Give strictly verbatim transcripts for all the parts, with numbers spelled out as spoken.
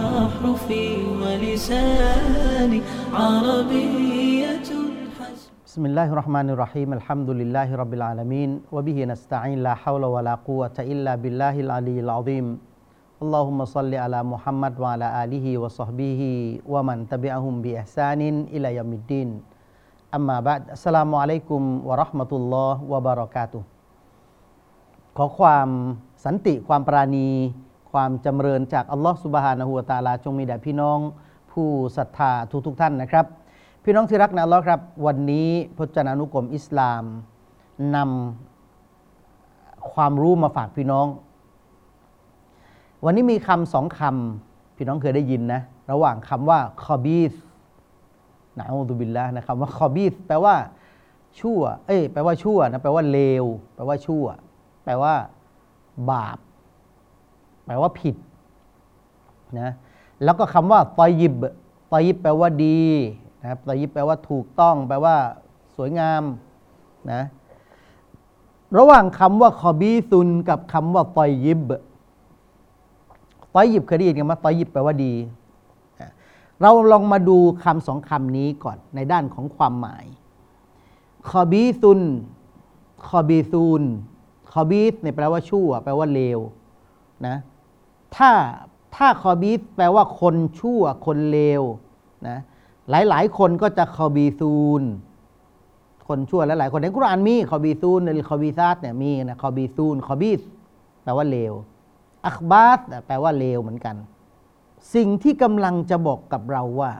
أحرفي ولساني عربية بسم الله الرحمن الرحيم الحمد لله رب العالمين وبه نستعين لا حول ولا قوة إلا بالله العلي العظيم اللهم صل على محمد وعلى آله وصحبه ومن تبعهم بإحسان إلى يوم الدين أما بعد السلام عليكم ورحمة الله وبركاته ขอความสันติความปราณีความจำเริญจากอัลลอฮฺซุบฮานะฮูวะตะอาลาจงมีแด่พี่น้องผู้ศรัทธาทุกๆท่านนะครับพี่น้องที่รักในอัลลอฮ์ครับวันนี้พจนานุกรมอิสลามนำความรู้มาฝากพี่น้องวันนี้มีคำสองคำพี่น้องเคยได้ยินนะระหว่างคำว่าคอบีสนะอูซุบิลลาห์นะคำว่าคอบีสแปลว่าชั่วเอ้ยแปลว่าชั่วนะแปลว่าเลวแปลว่าชั่วแปลว่าบาปแปลว่าผิดนะแล้วก็คำว่าตอยิบตอยิบแปลว่าดีนะครับตอยิบแปลว่าถูกต้องแปลว่าสวยงามนะระหว่างคำว่าคอบีซุนกับคำว่าตอยิบตอยิบเคยได้ยินกันไหมตอยิบแปลว่าดีเราลองมาดูคำสองคำนี้ก่อนในด้านของความหมายคอบีซุนคอบีซูนคอบีสเนี่ยแปลว่าชั่วแปลว่าเลวนะถ้าถ้าคอบีสแปลว่าคนชั่วคนเลวนะหลายๆคนก็จะคอบีซูนคนชั่วหลายๆคนในกุรอานมีคอบีซูนหรือคอบีซาตเนี่ยมีนะคอบีซูนคอบีสแปลว่าเลวอัคบาสแปลว่าเลวเหมือนกันสิ่งที่กำลังจะบอกกับเราว่า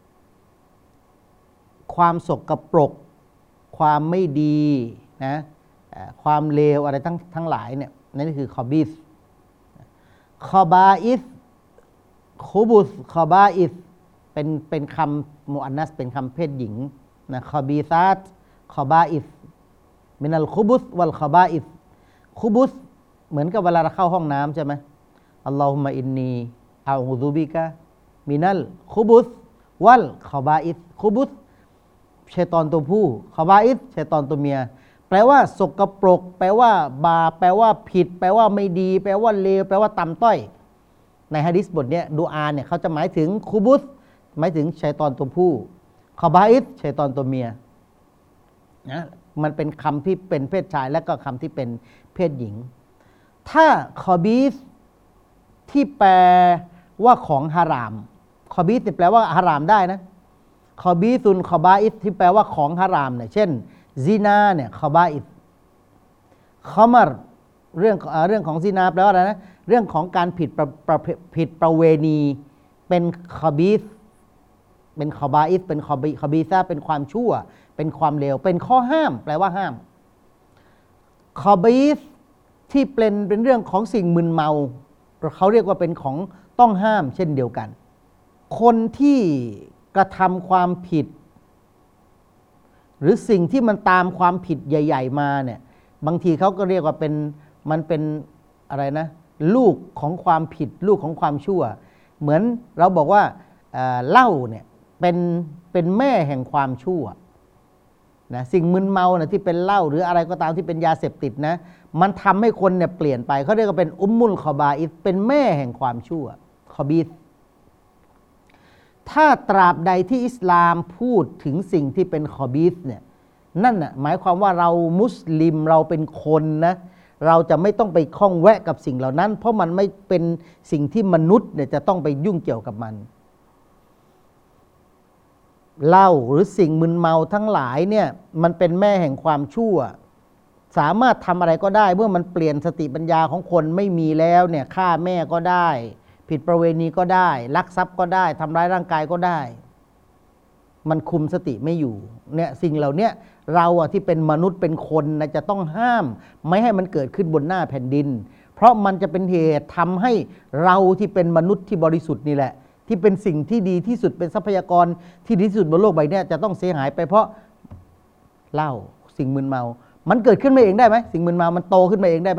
ความสกปรกความไม่ดีนะความเลวอะไรทั้งทั้งหลายเนี่ยนั่นคือคอบีสคอบาอิสคูบุสคอบาอิสเป็นเป็นคำมุอันนัสเป็นคำเพศหญิงนะคอบีซาตคอบาอิสมินัลคูบุสวัลคอบาอิสคูบุสเหมือนกับเวลาเราเข้าห้องน้ำใช่ไหมอัลลอฮุมะอินนีอาอูซุบิกะมินัลคูบุสวัลคอบาอิสคูบุสชัยฏอนตัวผู้คอบาอิสชัยฏอนตัวเมียแปลว่าสกปรกแปลว่าบาปแปลว่าผิดแปลว่าไม่ดีแปลว่าเลวแปลว่าต่ำต้อยในหะดีษบทนี้ดูอาเนี่ยเขาจะหมายถึงคูบุสหมายถึงชัยฏอนตัวผู้คอบาอิสชัยฏอนตัวเมียนะมันเป็นคำที่เป็นเพศชายและก็คำที่เป็นเพศหญิงถ้าคอบีสที่แปลว่าของฮารามคอบีสแปลว่าฮารามได้นะคอบีซุนคอบาอิสที่แปลว่าของฮารามเนี่ยเช่นซินาเนี่ยคอบาอิสคอมัรเรื่องเรื่องของซินาแปลว่าอะไรนะเรื่องของการผิดประประผิดประเวณีเป็นคอบีสเป็นคอบาอิสเป็นคอบีคอบีซาเป็นความชั่วเป็นความเลวเป็นข้อห้ามแปลว่าห้ามคอบีสที่เป็นเป็นเรื่องของสิ่งมึนเมาเขาเรียกว่าเป็นของต้องห้ามเช่นเดียวกันคนที่กระทำความผิดหรือสิ่งที่มันตามความผิดใหญ่ๆมาเนี่ยบางทีเขาก็เรียกว่าเป็นมันเป็นอะไรนะลูกของความผิดลูกของความชั่วเหมือนเราบอกว่าเหล้าเนี่ยเป็นเป็นแม่แห่งความชั่วนะสิ่งมึนเมาเนี่ยที่เป็นเหล้าหรืออะไรก็ตามที่เป็นยาเสพติดนะมันทำให้คนเนี่ยเปลี่ยนไปเขาเรียกว่าเป็นอุมมุลคอบาอิสเป็นแม่แห่งความชั่วคอบีสถ้าตราบใดที่อิสลามพูดถึงสิ่งที่เป็นคอบีสเนี่ยนั่นน่ะหมายความว่าเรามุสลิมเราเป็นคนนะเราจะไม่ต้องไปคล้องแวะกับสิ่งเหล่านั้นเพราะมันไม่เป็นสิ่งที่มนุษย์เนี่ยจะต้องไปยุ่งเกี่ยวกับมันเหล้าหรือสิ่งมึนเมาทั้งหลายเนี่ยมันเป็นแม่แห่งความชั่วสามารถทำอะไรก็ได้เมื่อมันเปลี่ยนสติปัญญาของคนไม่มีแล้วเนี่ยฆ่าแม่ก็ได้ผิดประเวณีก็ได้ลักทรัพย์ก็ได้ทำร้ายร่างกายก็ได้มันคุมสติไม่อยู่เนี่ยสิ่งเหล่านี้เราอะที่เป็นมนุษย์เป็นคนนะจะต้องห้ามไม่ให้มันเกิดขึ้นบนหน้าแผ่นดินเพราะมันจะเป็นเหตุทำให้เราที่เป็นมนุษย์ที่บริสุทธิ์นี่แหละที่เป็นสิ่งที่ดีที่สุดเป็นทรัพยากรที่ดีที่สุดบนโลกใบนี้จะต้องเสียหายไปเพราะเหล้าสิ่งมึนเมามันเกิดขึ้นมาเองได้ไหมสิ่งมึนเมามันโตขึ้นมาเองได้ไหม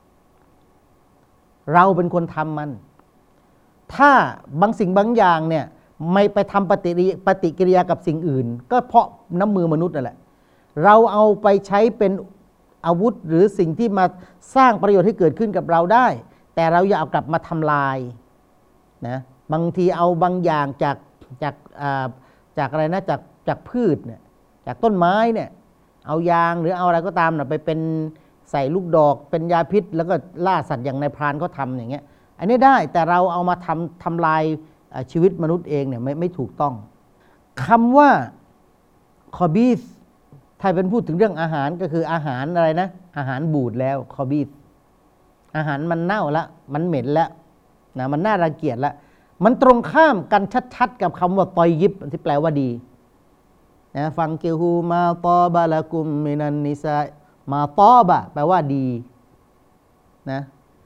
เราเป็นคนทำมันถ้าบางสิ่งบางอย่างเนี่ยไม่ไปทำปฏิปฏิกิริยากับสิ่งอื่นก็เพราะน้ำมือมนุษย์นั่นแหละเราเอาไปใช้เป็นอาวุธหรือสิ่งที่มาสร้างประโยชน์ให้เกิดขึ้นกับเราได้แต่เราอย่าเอากลับมาทำลายนะบางทีเอาบางอย่างจากจากจากอะไรนะจากจากพืชเนี่ยจากต้นไม้เนี่ยเอายางหรือเอาอะไรก็ตามนะไปเป็นใส่ลูกดอกเป็นยาพิษแล้วก็ล่าสัตว์อย่างนายพรานเขาทำอย่างเงี้ยอันนี้ได้แต่เราเอามาทำทำลายชีวิตมนุษย์เองเนี่ยไม่ไม่ถูกต้องคำว่าคอบีสถ้าเป็นพูดถึงเรื่องอาหารก็คืออาหารอะไรนะอาหารบูดแล้วคอบีสอาหารมันเน่าละมันเหม็นแล้วนะมันน่ารังเกียจแล้วมันตรงข้ามกันชัดๆกับคำว่าตอยยิบที่แปลว่าดีนะฟังเกฮูมาตอบะละกุมมินันนิซามาตอบะแปลว่าดีนะ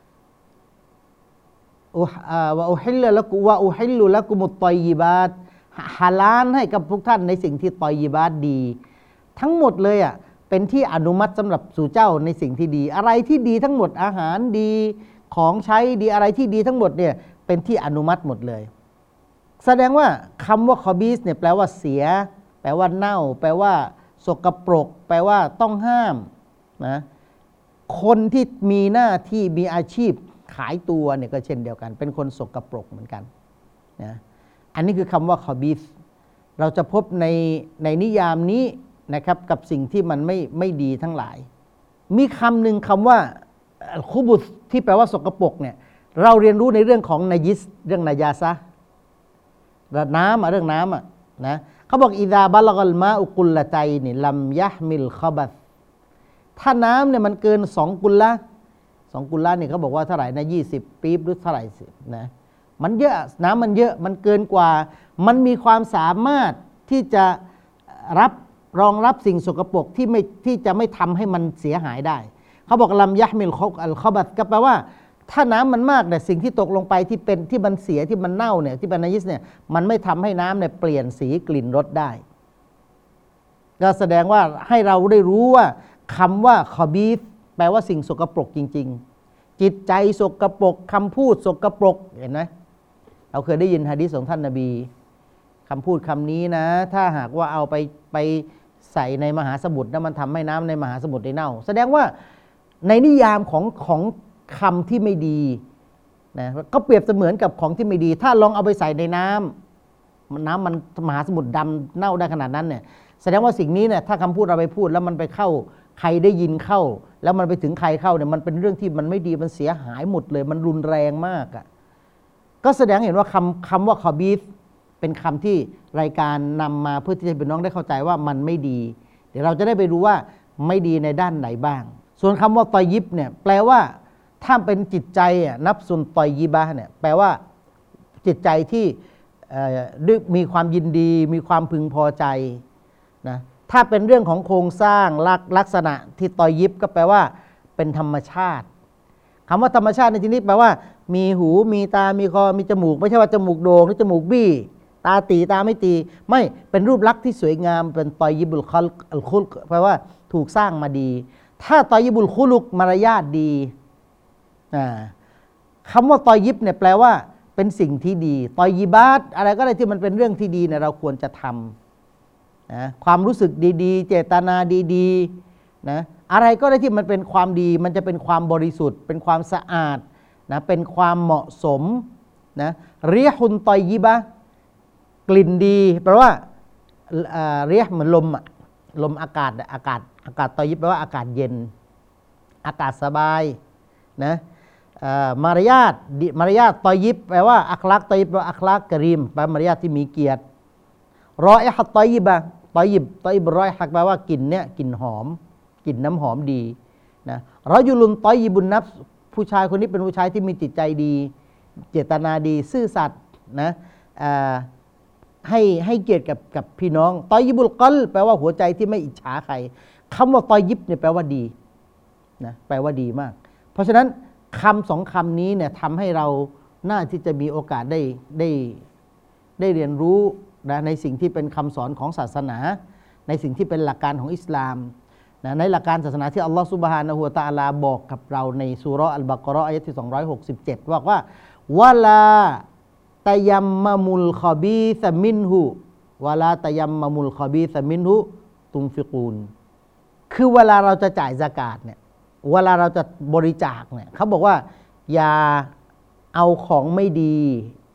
ว่าอุฮิลละกุว่าอุฮิลลุละกุมุตตอยยิบาตฮาลาลให้กับทุกท่านในสิ่งที่ตอยยิบาตดีทั้งหมดเลยอ่ะเป็นที่อนุมัติสำหรับสู่เจ้าในสิ่งที่ดีอะไรที่ดีทั้งหมดอาหารดีของใช้ดีอะไรที่ดีทั้งหมดเนี่ยเป็นที่อนุมัติหมดเลยแสดงว่าคำว่าคอบีสเนี่ยแปลว่าเสียแปลว่าเน่าแปลว่าสกปรกแปลว่าต้องห้ามนะคนที่มีหน้าที่มีอาชีพขายตัวเนี่ยก็เช่นเดียวกันเป็นคนสกปรกเหมือนกันนะอันนี้คือคำว่าคอบีสเราจะพบในในนิยามนี้นะครับกับสิ่งที่มันไม่ไม่ดีทั้งหลายมีคำหนึ่งคำว่าคุบุสที่แปลว่าสกปรกเนี่ยเราเรียนรู้ในเรื่องของนายิสเรื่องนายาซะน้ำเรื่องน้ำอ่ะนะเขาบอกอิซาบะลกัลมาอุกุลละใจนี่ลัมยะมิลคอบัสถ้าน้ำเนี่ยมันเกินสองกุลละสองกุลละเนี่ยเขาบอกว่าเท่าไหร่นะยี่สิบปี๊บหรือเท่าไหร่นะมันเยอะน้ำมันเยอะมันเกินกว่ามันมีความสามารถที่จะรับรองรับสิ่งสกปรกที่ไม่ที่จะไม่ทำให้มันเสียหายได้เขาบอกลัมยะมิลคอบัสก็แปลว่าถ้าน้ำมันมากเนี่ยสิ่งที่ตกลงไปที่เป็นที่มันเสียที่มันเน่าเนี่ยที่เป็นนายิสเนี่ยมันไม่ทำให้น้ำเนี่ยเปลี่ยนสีกลิ่นรสได้ก็แสดงว่าให้เราได้รู้ว่าคำว่าคอบีสแปลว่าสิ่งสกปรกจริงๆจิตใจสกปรกคำพูดสกปรกเห็นไหมเราเคยได้ยินหะดีษของท่านนบีคำพูดคำนี้นะถ้าหากว่าเอาไปไปใส่ในมหาสมุทรแล้วมันทำให้น้ำในมหาสมุทรได้เน่าแสดงว่าในนิยามของของคำที่ไม่ดีนะก็เปรียบเสมือนกับของที่ไม่ดีถ้าลองเอาไปใส่ในน้ำน้ำมันมหาสมุทรดำเน่าได้ขนาดนั้นเนี่ยแสดงว่าสิ่งนี้เนี่ยถ้าคำพูดเราไปพูดแล้วมันไปเข้าใครได้ยินเข้าแล้วมันไปถึงใครเข้าเนี่ยมันเป็นเรื่องที่มันไม่ดีมันเสียหายหมดเลยมันรุนแรงมากอ่ะก็แสดงเห็นว่าคำคำว่าคอบีสเป็นคำที่รายการนำมาเพื่อที่จะเป็นน้องได้เข้าใจว่ามันไม่ดีเดี๋ยวเราจะได้ไปดูว่าไม่ดีในด้านไหนบ้างส่วนคำว่าตอยิบเนี่ยแปลว่าถ้าเป็นจิตใจนับสุนตอยยิบะเนี่ยแปลว่าจิตใจที่มีความยินดีมีความพึงพอใจนะถ้าเป็นเรื่องของโครงสร้างลักษณะที่ตอยยิบก็แปลว่าเป็นธรรมชาติคำว่าธรรมชาติในที่นี้แปลว่ามีหูมีตามีคอมีจมูกไม่ใช่ว่าจมูกโด่งหรือจมูกบี้ตาตีตาไม่ตีไม่เป็นรูปลักษณ์ที่สวยงามเป็นตอยยิบุลคัลอัลคุลแปลว่าถูกสร้างมาดีถ้าตอยยิบุลคุลุกมารยาทดีคำว่าตอยิบเนี่ยแปลว่าเป็นสิ่งที่ดีตอยิบาตอะไรก็ได้ที่มันเป็นเรื่องที่ดีเนี่ยเราควรจะทำนะความรู้สึกดีๆเจตนาดีๆนะอะไรก็ได้ที่มันเป็นความดีมันจะเป็นความบริสุทธิ์เป็นความสะอาดนะเป็นความเหมาะสมนะเรียฮุนตอยิบะกลิ่นดีแปลว่าเรียเหมือนลมอะลมอากาศอากาศอากาศตอยิบแปลว่าอากาศเย็นอากาศสบายนะมารยาทมารยาทตอยิบแปลว่าอัคลักตอยิบแปลว่าอัคลักกะรีมแปลมารยาทที่มีเกียรติรออิฮะตอยิบะตอยิบตอยิบรอยฮักแปลว่ากลิ่นเนี่ยกลิ่นหอมกลิ่นน้ำหอมดีนะรอยุลุนตอยิบุนนัฟผู้ชายคนนี้เป็นผู้ชายที่มีจิตใจดีเจตนาดีซื่อสัตย์นะให้ให้เกียรติกับกับพี่น้องตอยิบุลกัลแปลว่าหัวใจที่ไม่อิจฉาใครคำว่าตอยิบเนี่ยแปลว่าดีนะแปลว่าดีมากเพราะฉะนั้นคำสองคำนี้เนี่ยทำให้เราน่าที่จะมีโอกาสได้ได้ได้เรียนรู้นะในสิ่งที่เป็นคำสอนของศาสนาในสิ่งที่เป็นหลักการของอิสลามนะในหลักการศาสนาที่อัลลอฮฺซุบฮานะฮูวะตะอาลาบอกกับเราในซูเราะห์อัลบะเกาะฮ์อายะห์ที่สองร้อยหกสิบเจ็ดบอกว่าวะลาตะยัมมะมุลคอบีซะมินฮุวะลาตะยัมมะมุลคอบีซะมินฮุตุนฟิกูนคือเวลาเราจะจ่ายซะกาตเนี่ยเวลาเราจะบริจาคเนี่ยเขาบอกว่าอย่าเอาของไม่ดี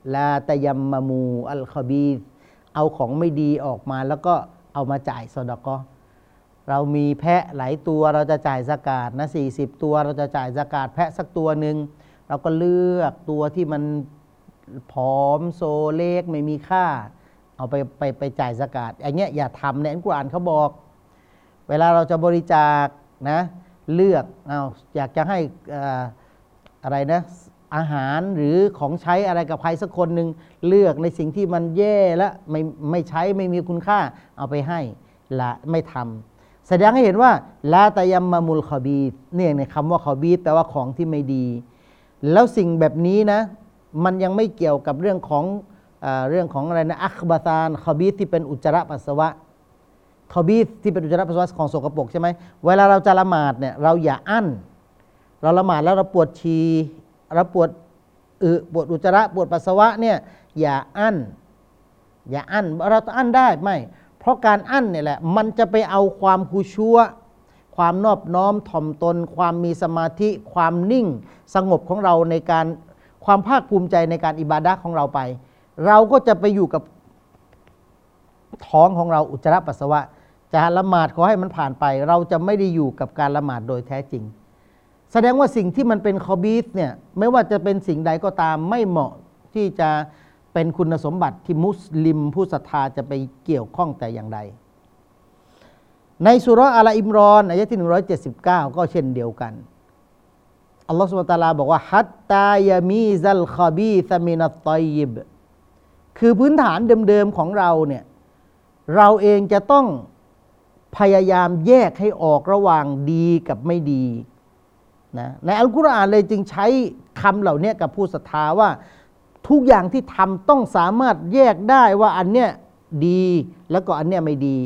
ลาตะยัมมะมูอัลคอบีษเอาของไม่ดีออกมาแล้วก็เอามาจ่ายซอดาเกาะห์เรามีแพะหลายตัวเราจะจ่ายซะกาตนะสี่สิบตัวเราจะจ่ายซะกาตแพะสักตัวหนึ่งเราก็เลือกตัวที่มันผอมโซเล็กไม่มีค่าเอาไปไปไปจ่ายซะกาตอย่างเงี้ยอย่าทำในอัลกุรอานเขาบอกเวลาเราจะบริจาคนะเลือกเอาอยากจะให้อะไรนะอาหารหรือของใช้อะไรกับใครสักคนหนึ่งเลือกในสิ่งที่มันแย่และไม่ไม่ใช้ไม่มีคุณค่าเอาไปให้ละไม่ทำแสดงให้เห็นว่าลาตะยัมมะมุลคอบีษเนี่ยในคำว่าคอบีษแปลว่าของที่ไม่ดีแล้วสิ่งแบบนี้นะมันยังไม่เกี่ยวกับเรื่องของเอ่อเรื่องของอะไรนะอัคบะซานคอบีษที่เป็นอุจจาระปัสสาวะคอบีษที่เป็นอุจจาระปัสสาวะของสกปรกใช่ไหมเวลาเราจะละหมาดเนี่ยเราอย่าอั้นเราละหมาดแล้วเราปวดฉี่เราปวดอึปวดอุจจาระปวดปัสสาวะเนี่ยอย่าอั้นอย่าอั้นเราต้องอั้นได้ไม่เพราะการอั้นเนี่ยแหละมันจะไปเอาความคุชัวความนอบน้อมถ่อมตนความมีสมาธิความนิ่งสงบของเราในการความภาคภูมิใจในการอิบาดะห์ของเราไปเราก็จะไปอยู่กับท้องของเราอุจจาระปัสสาวะจะละหมาดขอให้มันผ่านไปเราจะไม่ได้อยู่กับการละหมาดโดยแท้จริงแสดงว่าสิ่งที่มันเป็นคอบีษเนี่ยไม่ว่าจะเป็นสิ่งใดก็ตามไม่เหมาะที่จะเป็นคุณสมบัติที่มุสลิมผู้ศรัทธาจะไปเกี่ยวข้องแต่อย่างใดในสุเราะห์อาลอิมรอนอายะห์ที่หนึ่งร้อยเจ็ดสิบเก้าก็เช่นเดียวกันอัลลอฮฺซุบฮานะฮูวะตะอาลาบอกว่าฮัตตายามีซัลคอบีซะมินัตฏอยยิบคือพื้นฐานเดิมๆของเราเนี่ยเราเองจะต้องพยายามแยกให้ออกระหว่างดีกับไม่ดีนะในอัลกุรอานเลยจึงใช้คำเหล่านี้กับผู้ศรัทธาว่าทุกอย่างที่ทำต้องสามารถแยกได้ว่าอันเนี้ยดีแล้วก็อันเนี้ยไม่ดี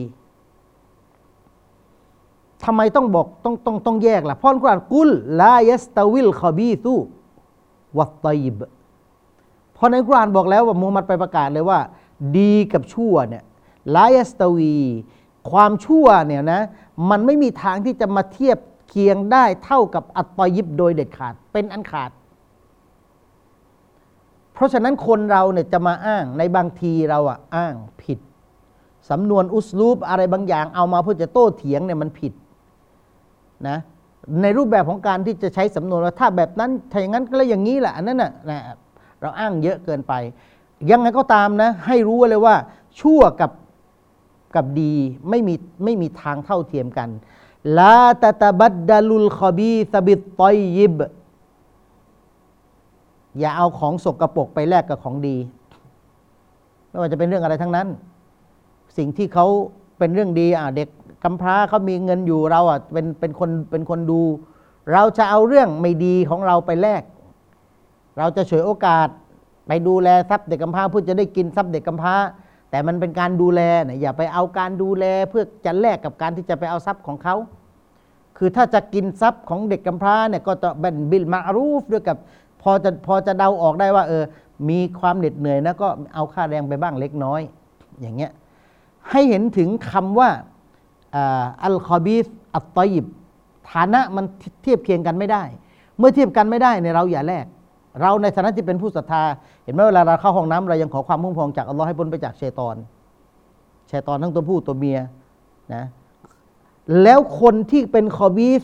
ทำไมต้องบอกต้องต้องต้องแยกล่ะเพราะอัลกุรอานกุลลายัสตาวิลคอบีซุวัตฏอยบเพราะในอัลกุรอานบอกแล้วว่ามุฮัมมัดไปประกาศเลยว่าดีกับชั่วเนี่ยลายัสตาวีความชั่วเนี่ยนะมันไม่มีทางที่จะมาเทียบเคียงได้เท่ากับอัตตอยิบโดยเด็ดขาดเป็นอันขาดเพราะฉะนั้นคนเราเนี่ยจะมาอ้างในบางทีเราอ่ะอ้างผิดสำนวนอุสลูบอะไรบางอย่างเอามาเพื่อจะโต้เถียงเนี่ยมันผิดนะในรูปแบบของการที่จะใช้สำนวนว่าถ้าแบบนั้นถ้าอย่างนั้นก็แล้วอย่างนี้แหละอันนั้นน่ะนะเราอ้างเยอะเกินไปยังไงก็ตามนะให้รู้เลยว่าชั่วกับกับดีไม่มีไม่มีทางเท่าเทียมกันลาตะตะบัดดะลุลคอบีซะบิตฏอยยิบอย่าเอาของสกปรกไปแลกกับของดีไม่ว่าจะเป็นเรื่องอะไรทั้งนั้นสิ่งที่เขาเป็นเรื่องดีอ่ะเด็กกำพร้าเขามีเงินอยู่เราอ่ะเป็นเป็นคนเป็นคนดูเราจะเอาเรื่องไม่ดีของเราไปแลกเราจะฉวยโอกาสไปดูแลทรัพย์เด็กกำพร้าเพื่อจะได้กินทรัพย์เด็กกำพร้าแต่มันเป็นการดูแลนะอย่าไปเอาการดูแลเพื่อจะแลกกับการที่จะไปเอาทรัพย์ของเขาคือถ้าจะกินทรัพย์ของเด็กกำพร้าเนี่ยก็ต้องบันบิลมารูฟด้วยกับพอจะพอจะเดาออกได้ว่าเออมีความเหน็ดเหนื่อยนะก็เอาค่าแรงไปบ้างเล็กน้อยอย่างเงี้ยให้เห็นถึงคำว่าอัลคอบีซอัตฏอยบฐานะมันเทียบเคียงกันไม่ได้เมื่อเทียบกันไม่ได้เนี่ยเราอย่าแลกเราในฐานะที่เป็นผู้ศรัทธาเห็นไหมเวลาเราเข้าห้องน้ำเรายังขอความคุ้มครองจากอัลลอฮ์ให้พ้นไปจากชัยฏอนชัยฏอนทั้งตัวผู้ตัวเมียนะแล้วคนที่เป็นคอบีซ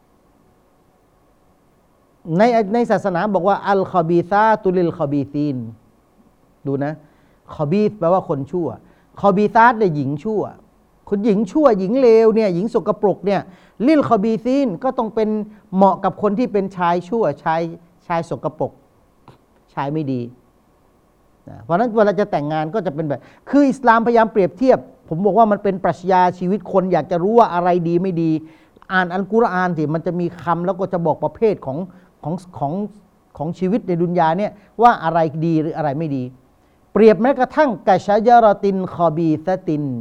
ในในศาสนาบอกว่าอัลคอบีซาตุลิลคอบีซีนดูนะคอบีซแปลว่าคนชั่วคอบีซาตเนี่ยหญิงชั่วคนหญิงชั่วหญิงเลวเนี่ยหญิงสกปรกเนี่ยลิลคอบีซีนก็ต้องเป็นเหมาะกับคนที่เป็นชายชั่วชายชายสกปรกชายไม่ดีนะเพราะฉะนั้นเวลาจะแต่งงานก็จะเป็นแบบคืออิสลามพยายามเปรียบเทียบผมบอกว่ามันเป็นปรัชญาชีวิตคนอยากจะรู้ว่าอะไรดีไม่ดีอ่านอัลกุรอานสิมันจะมีคำแล้วก็จะบอกประเภทของของของของชีวิตในดุนยาเนี่ยว่าอะไรดีหรืออะไรไม่ดีเปรียบแม้กระทั่งกะชะญะรอตินคอบีซะติน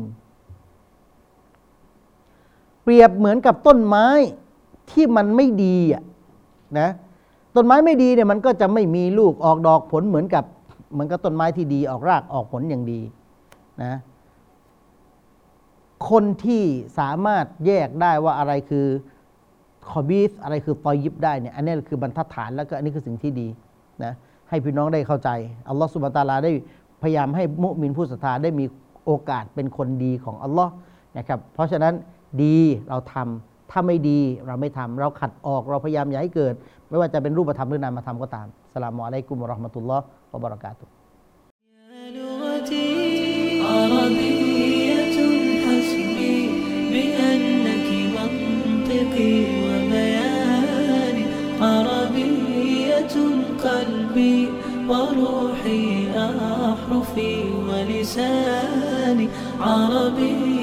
เปรียบเหมือนกับต้นไม้ที่มันไม่ดีอ่ะนะต้นไม้ไม่ดีเนี่ยมันก็จะไม่มีลูกออกดอกผลเหมือนกับเหมือนกับต้นไม้ที่ดีออกรากออกผลอย่างดีนะคนที่สามารถแยกได้ว่าอะไรคือคอบีซอะไรคือฏอยยิบได้เนี่ยอันนี้คือบรรทัดฐานแล้วก็อันนี้คือสิ่งที่ดีนะให้พี่น้องได้เข้าใจอัลลอฮฺซุบฮานะฮูวะตะอาลาได้พยายามให้มุมินผู้ศรัทธาได้มีโอกาสเป็นคนดีของอัลลอฮ์นะครับเพราะฉะนั้นดีเราทำถ้าไม่ดีเราไม่ทำเราขัดออกเราพยายามอย่าให้เกิดไม่ว่าจะเป็นรูปธรรมหรือนามธรรมก็ตามอัสสลามุอะลัยกุมวะเราะห์มะตุลลอฮ์วะบะเราะกาตุฮ์ لغتي عربية حسبي بأنك منطقي وبياني عربية قلبي وروحي أحرفي ولساني عربي